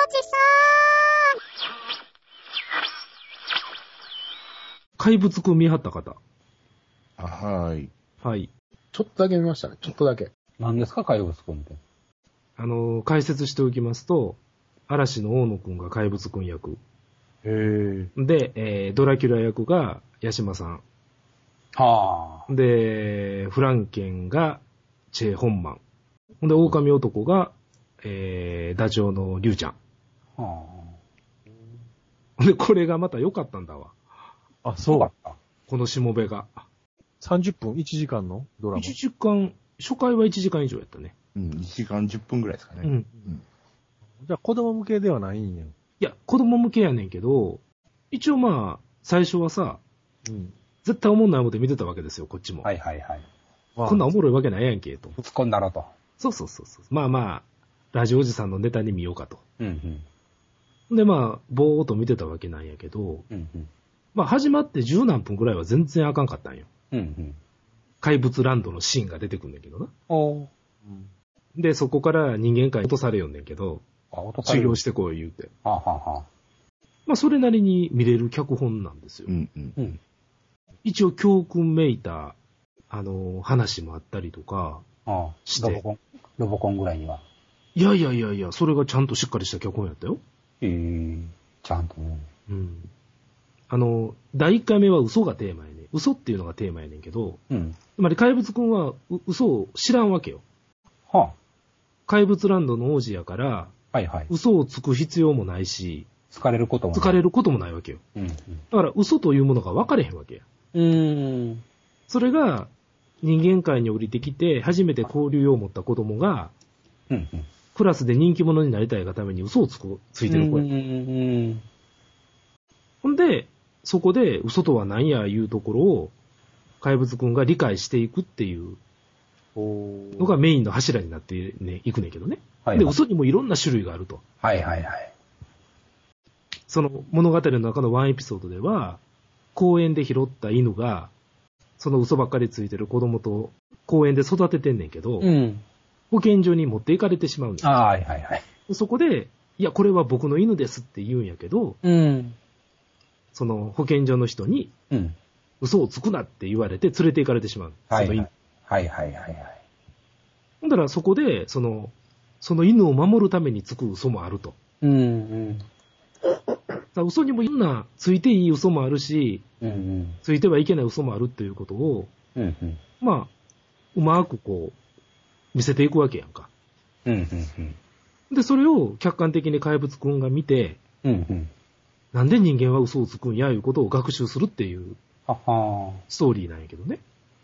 さ怪物くん見張った方。 はい。 はい。 ちょっとだけ見ましたね。ちょっとだけ。 何ですか、怪物くんって。 解説しておきますと、嵐の大野くんが怪物くん役。 へえ。 で、ドラキュラ役が八島さん。 はあ。 で、フランケンがチェ・ホンマン。ほんで、狼男が、ダチョウのリュウちゃん。 はほんで、これがまた良かったんだわ。 あ、 あ。そうだった。 このしもべが。 30分 ?1 時間のドラマ。 1時間、初回は1時間以上やったね。 うん、1時間10分ぐらいですかね。 うん。 じゃあ子供向けではないんや。 いや、子供向けやねんけど、一応まあ、最初はさ、 うん。 絶対おもんない思って見てたわけですよ、こっちも。 はいはいはい。 こんなんおもろいわけないやんけ、と。 突っ込んだろと。 そうそうそうそう。まあまあ、ラジオおじさんのネタに見ようかと。 うんうん。 でまあ、ぼーっと見てたわけなんやけど、 うんうん。 まあ始まって十何分くらいは全然あかんかったんよ。 うんうん。 怪物ランドのシーンが出てくんだけどな。 おー。 で、そこから人間界に落とされよんねんけど、 あ、落とされる。 修行してこい言うて。 はあ、はあはあ、 まあそれなりに見れる脚本なんですよ。 うんうん。 うん。 一応教訓めいた、話もあったりとか、 ああ、 してロボコンぐらいには。 いやいやいやいや、それがちゃんとしっかりした脚本やったよ。 ちゃんとね。 うん。第1回目は嘘がテーマやねん。嘘っていうのがテーマやねんけど、 うん。 つまり怪物くんは嘘を知らんわけよ。 は怪物ランドの王子やから、 あ。はいはい。 嘘をつく必要もないし、 疲れることもない。 疲れることもないわけよ。 うんだから嘘というものが分かれへんわけや。 うん。 それが人間界に降りてきて初めて交流を持った子供が、 うんうん。 クラスで人気者になりたいがために嘘をついてる子や。 うん。 ほんで、そこで嘘とは何やいうところを怪物くんが理解していくっていうのがメインの柱になってね、いくねんけどね。 はいはい。 で、嘘にもいろんな種類があると。 はいはいはい。 その物語の中のワンエピソードでは、公園で拾った犬が、その嘘ばっかりついてる子供と公園で育ててんねんけど、 うん。 保健所に持っていかれてしまうねん。 ああ、はいはいはい。 そこで、いや、これは僕の犬ですって言うんやけど、 うん。 その保健所の人に、 うん。 嘘をつくなって言われて連れて行かれてしまう。 はいその犬。 はいはいはいはい。 ほんだらそこで、その犬を守るためにつく嘘もあると。 うんだから嘘にもいろんな、ついていい嘘もあるし、 うん。うんついてはいけない嘘もあるっていうことを、 うん。うんまあ、うまくこう、見せていくわけやんか。 うん。うんうん。 で、それを客観的に怪物くんが見て、 うんうん。 なんで人間は嘘をつくんや、いうことを学習するっていうははストーリーなんやけどね。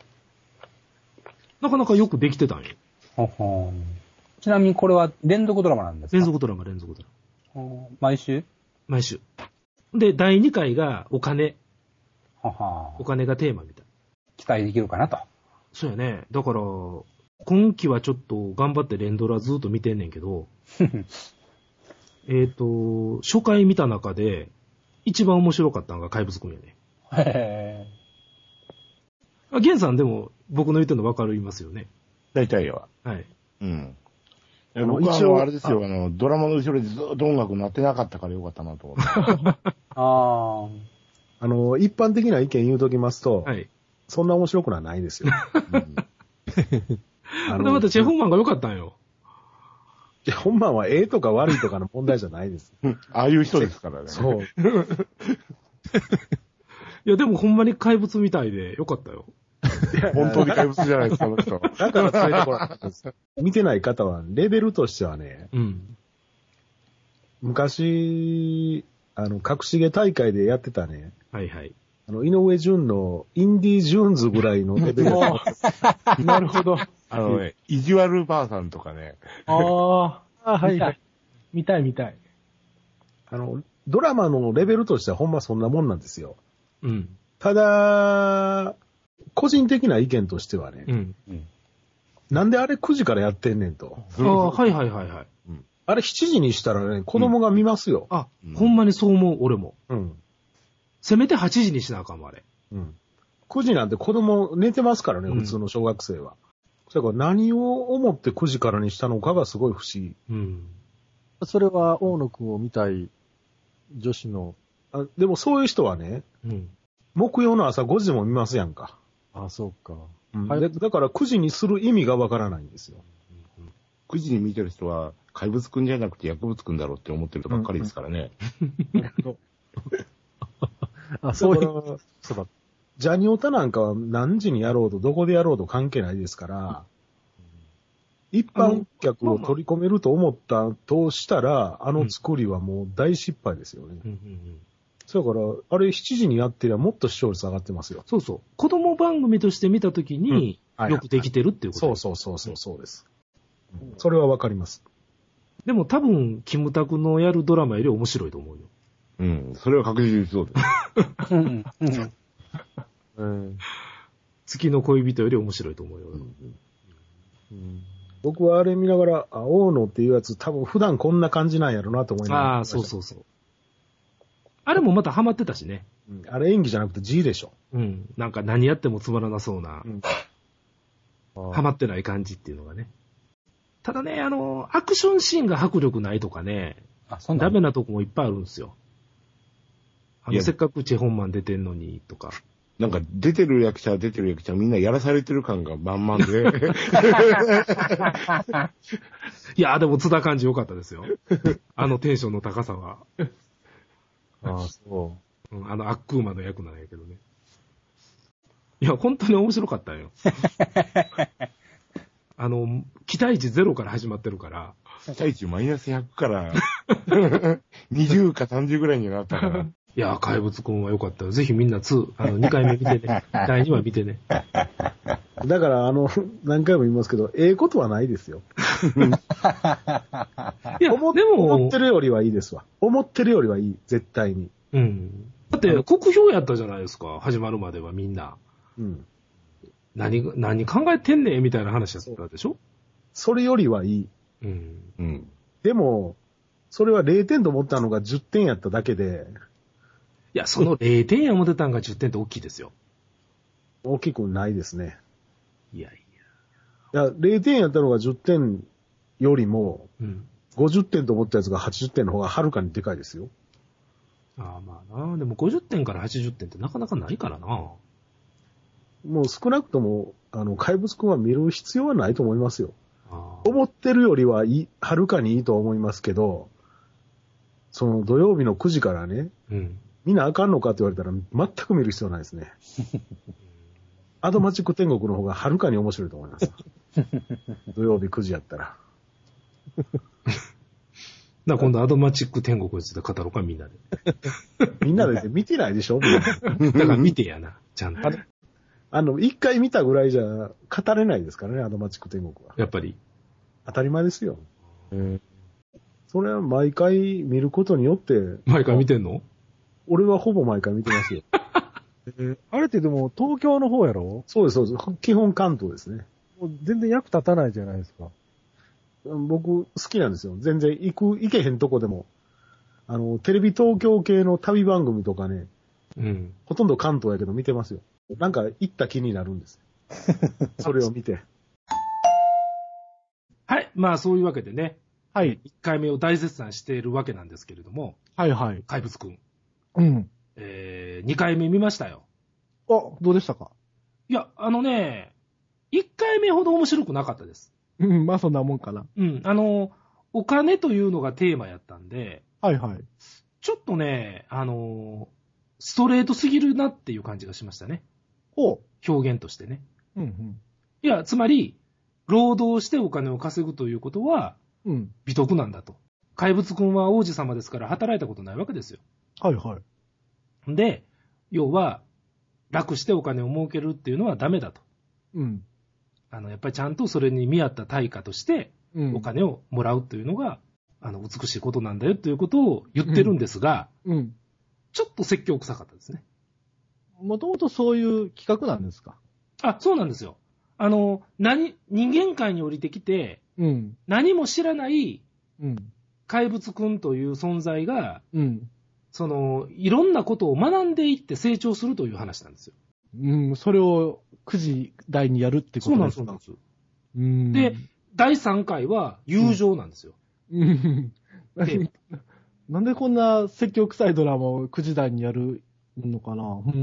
なかなかよくできてたんよ。 ははちなみにこれは連続ドラマなんですか？ 連続ドラマ。 毎週？ 毎週。で、第2回がお金。 ははお金がテーマみたい。 期待できるかなと。 そうやね。だから、今期はちょっと頑張って連ドラずっと見てんねんけど、初回見た中で、一番面白かったのが怪物くんやね。 へあ、ゲンさんでも僕の言ってるの分かりますよね。 大体は。 はい。 うん。僕はあれですよ、ドラマの後ろでずっと音楽鳴ってなかったからよかったなと思って。 あ一般的な意見言うときますと、 はい。 そんな面白くはないですよ。 でまたチェ・ホンマンが良かったんよ。 いや、ほんまはええとか悪いとかの問題じゃないです。 ああいう人ですからね。 そう。 いや、でもほんまに怪物みたいで良かったよ。 本当に怪物じゃないですか、この人。 だからそういうところなんです。見てない方は、レベルとしてはね、 うん。 昔、隠し芸大会でやってたね、 はいはい。 井上淳のインディ・ジューンズぐらいのレベルだったなるほど。意地悪ばあさんとかね。 ああ、 はいはい。 見たい。 ドラマのレベルとしてはほんまそんなもんなんですよ。 うん。 ただ、個人的な意見としてはね、 うん。 なんであれ9時からやってんねんと。 ああ、はい。 あれ7時にしたらね、子供が見ますよ。 あ、ほんまにそう思う、俺も。 うん。 せめて8時にしなあかんわ、あれ。 うん。9時なんて子供寝てますからね、 うん普通の小学生は。だから何を思って9時からにしたのかがすごい不思議。 うん。 それは大野くんを見たい女子の。でもそういう人はね、 うん。 木曜の朝5時も見ますやんか。 あ、そうか。 はい、だから9時にする意味がわからないんですよ。 9時に見てる人は、怪物くんじゃなくて薬物くんだろうって思ってる人ばっかりですからね。 あ、そういう。 そうだ。ジャニオタなんかは何時にやろうとどこでやろうと関係ないですから、一般客を取り込めると思ったとしたら、作りはもう大失敗ですよね。だから、あれ7時にやってりゃもっと視聴率上がってますよ。 そうそう。子供番組として見たときに、よくできてるっていうことです。 そうです。それはわかります。 でも多分、キムタクのやるドラマより面白いと思うよ。 うん、それは確実にそうです。 月の恋人より面白いと思うよ。 僕はあれ見ながら、大野っていうやつ多分普段こんな感じなんやろなと思いながら。 ああ、そうそうそう。あれもまたハマってたしね。 あれ演技じゃなくて G でしょ。 うん。なんか何やってもつまらなそうな、ハマってない感じっていうのがね。ただね、アクションシーンが迫力ないとかね、ダメなとこもいっぱいあるんですよ。せっかくチェホンマン出てんのに、とか。 なんか出てる役者みんなやらされてる感が満々で。 いや、でも津田寛治良かったですよ。テンションの高さは。 ああ、そう。 アックーマの役なんやけどね。いや、本当に面白かったんよ。期待値0から始まってるから。 期待値マイナス100から20か30ぐらいになったから。 いや、怪物くんは良かったよ。ぜひみんな2回目見てね。第2話見てね。 だから何回も言いますけど、ことはないですよ。 いや、でも、 思ってるよりはいいですわ。思ってるよりはいい、絶対に。 うん。だって、酷評やったじゃないですか。始まるまではみんな。うん。何考えてんねんみたいな話だったでしょ？ それよりはいい。 うん。 うん。 でも、それは0点と思ったのが10点やっただけで。 いや、その0点や思ってたんが10点って大きいですよ。 大きくないですね。 いや、 0点やったのが10点よりも、 うん、 50点と思ったやつが80点の方がはるかにでかいですよ。 ああ、まあな。でも50点から80点ってなかなかないからな。 もう少なくとも、怪物くんは見る必要はないと思いますよ。思ってるよりはるかにいいと思いますけど、その土曜日の9時からね、 うん、 みんなあかんのかって言われたら全く見る必要ないですね。アドマチック天国の方がはるかに面白いと思います。土曜日9時やったら。 今度アドマチック天国について語ろうか、みんなで。 みんなで見てないでしょ？ だから見てやな、ちゃんと。 一回見たぐらいじゃ語れないですからね、アドマチック天国は。 やっぱり。 当たり前ですよ。それは毎回見ることによって。 毎回見てんの？ 俺はほぼ毎回見てますよ。 あれってでも東京の方やろ？ そうです、そうです。基本関東ですね。 もう全然役立たないじゃないですか。 僕好きなんですよ。全然行けへんとこでも。テレビ東京系の旅番組とかね。 うん。 ほとんど関東やけど見てますよ。なんか行った気になるんです。それを見て。 はい。まあそういうわけでね。 はい。 1回目を大絶賛しているわけなんですけれども。 はいはい。 怪物くん。 うん。 2回目見ましたよ。 どうでしたか？ いや、1回目ほど面白くなかったです。 うん、まあそんなもんかな。 うん。お金というのがテーマやったんで。 はいはい。 ちょっとね、ストレートすぎるなっていう感じがしましたね。表現としてね。 うんうん。 いや、つまり、労働してお金を稼ぐということは、美徳なんだと。怪物くんは王子様ですから働いたことないわけですよ。 はいはい。 で、要は、楽してお金を儲けるっていうのはダメだと。 うん。 やっぱりちゃんとそれに見合った対価として、お金をもらうというのが、美しいことなんだよということを言ってるんですが、ちょっと説教臭かったですね。 もともとそういう企画なんですか？ あ、そうなんですよ。人間界に降りてきて、何も知らない、怪物くんという存在が、いろんなことを学んでいって成長するという話なんですよ。 それを9時台にやるってことですか？ そうなんです。で、第3回は友情なんですよ。 なんでこんな説教臭いドラマを9時台にやるのかな。 うん。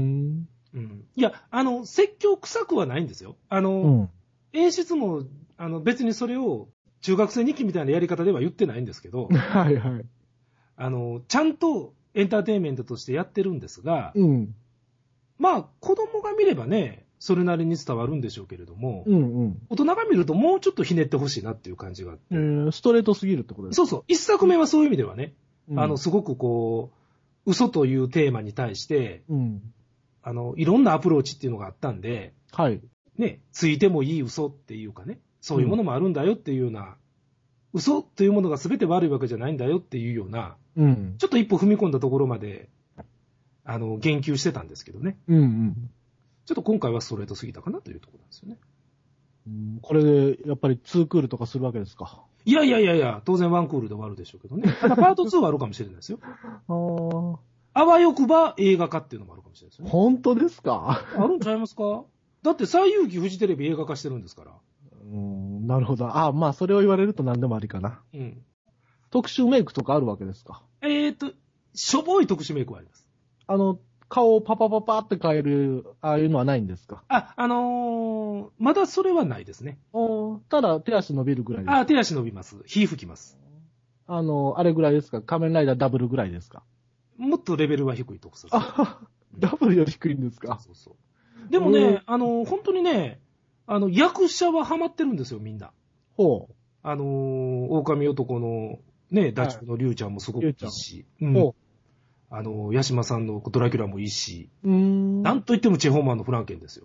いや、説教臭くはないんですよ。演出も、別にそれを中学生日記みたいなやり方では言ってないんですけど、 はいはい。 ちゃんとエンターテインメントとしてやってるんですが、 うん。 まあ、子供が見ればね、それなりに伝わるんでしょうけれども、 うんうん。 大人が見るともうちょっとひねってほしいなっていう感じがあって。 ストレートすぎるってことですか？ そうそう。一作目はそういう意味ではね、すごくこう、嘘というテーマに対して、いろんなアプローチっていうのがあったんで、 はい。 ね、ついてもいい嘘っていうかね、そういうものもあるんだよっていうような、嘘というものが全て悪いわけじゃないんだよっていうような、ちょっと一歩踏み込んだところまで、言及してたんですけどね。ちょっと今回はストレートすぎたかなというところなんですよね。 これで、やっぱり2クールとかするわけですか？ いや、当然1クールで終わるでしょうけどね。ただパート2はあるかもしれないですよ。あわよくば映画化っていうのもあるかもしれないですよね。 本当ですか？ あるんちゃいますか？だって西遊記フジテレビ映画化してるんですから。 なるほど。まあそれを言われると何でもありかな。特殊メイクとかあるわけですか？ しょぼい特殊メイクはあります。 顔をパパパパって変える、ああいうのはないんですか？ まだそれはないですね。 ただ手足伸びるぐらいですか？ 手足伸びます。火吹きます。 あれぐらいですか？仮面ライダーダブルぐらいですか？ もっとレベルは低いとこさ。 ダブルより低いんですか？ そう。でもね、本当にね、役者はハマってるんですよ、みんな。 ほう。 狼男のね、ダチョウのリュウちゃんもすごくいいし。ヤシマさんのドラキュラもいいし。なんといってもチェホンマンのフランケンですよ。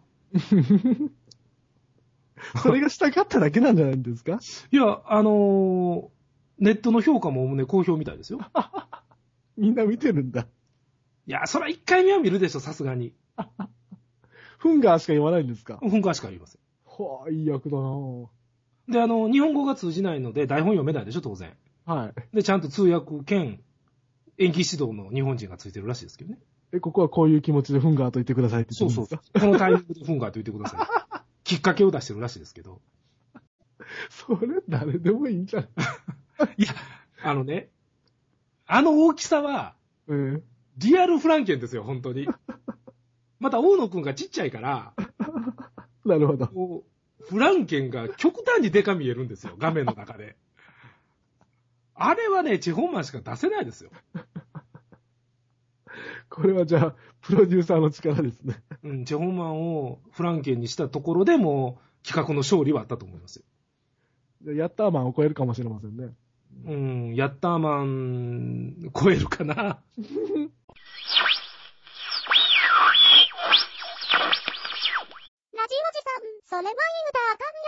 それがしたかっただけなんじゃないんですか？ いや、ネットの評価もね、好評みたいですよ。 みんな見てるんだ。 いや、そら1回目は見るでしょ、さすがに。 フンガーしか言わないんですか？ フンガーしか言いません。 いい役だなぁ。 で、日本語が通じないので台本読めないでしょ、当然。 はい。 で、ちゃんと通訳兼演技指導の日本人がついてるらしいですけどね。 ここはこういう気持ちでフンガーと言ってくださいって言ってるんですか？ そう。このタイミングでフンガーと言ってください。きっかけを出してるらしいですけど。 それ誰でもいいんじゃん。 いや、大きさは、リアルフランケンですよ、本当に。また、大野くんがちっちゃいから、 なるほど。 フランケンが極端にデカ見えるんですよ、画面の中で。あれはね、チェホンマンしか出せないですよ。 これはじゃあ、プロデューサーの力ですね。 チェホンマンをフランケンにしたところでも、企画の勝利はあったと思いますよ。ヤッターマンを超えるかもしれませんね。 ヤッターマン、超えるかな。ラジオジさん、それは言うたらあかんよ。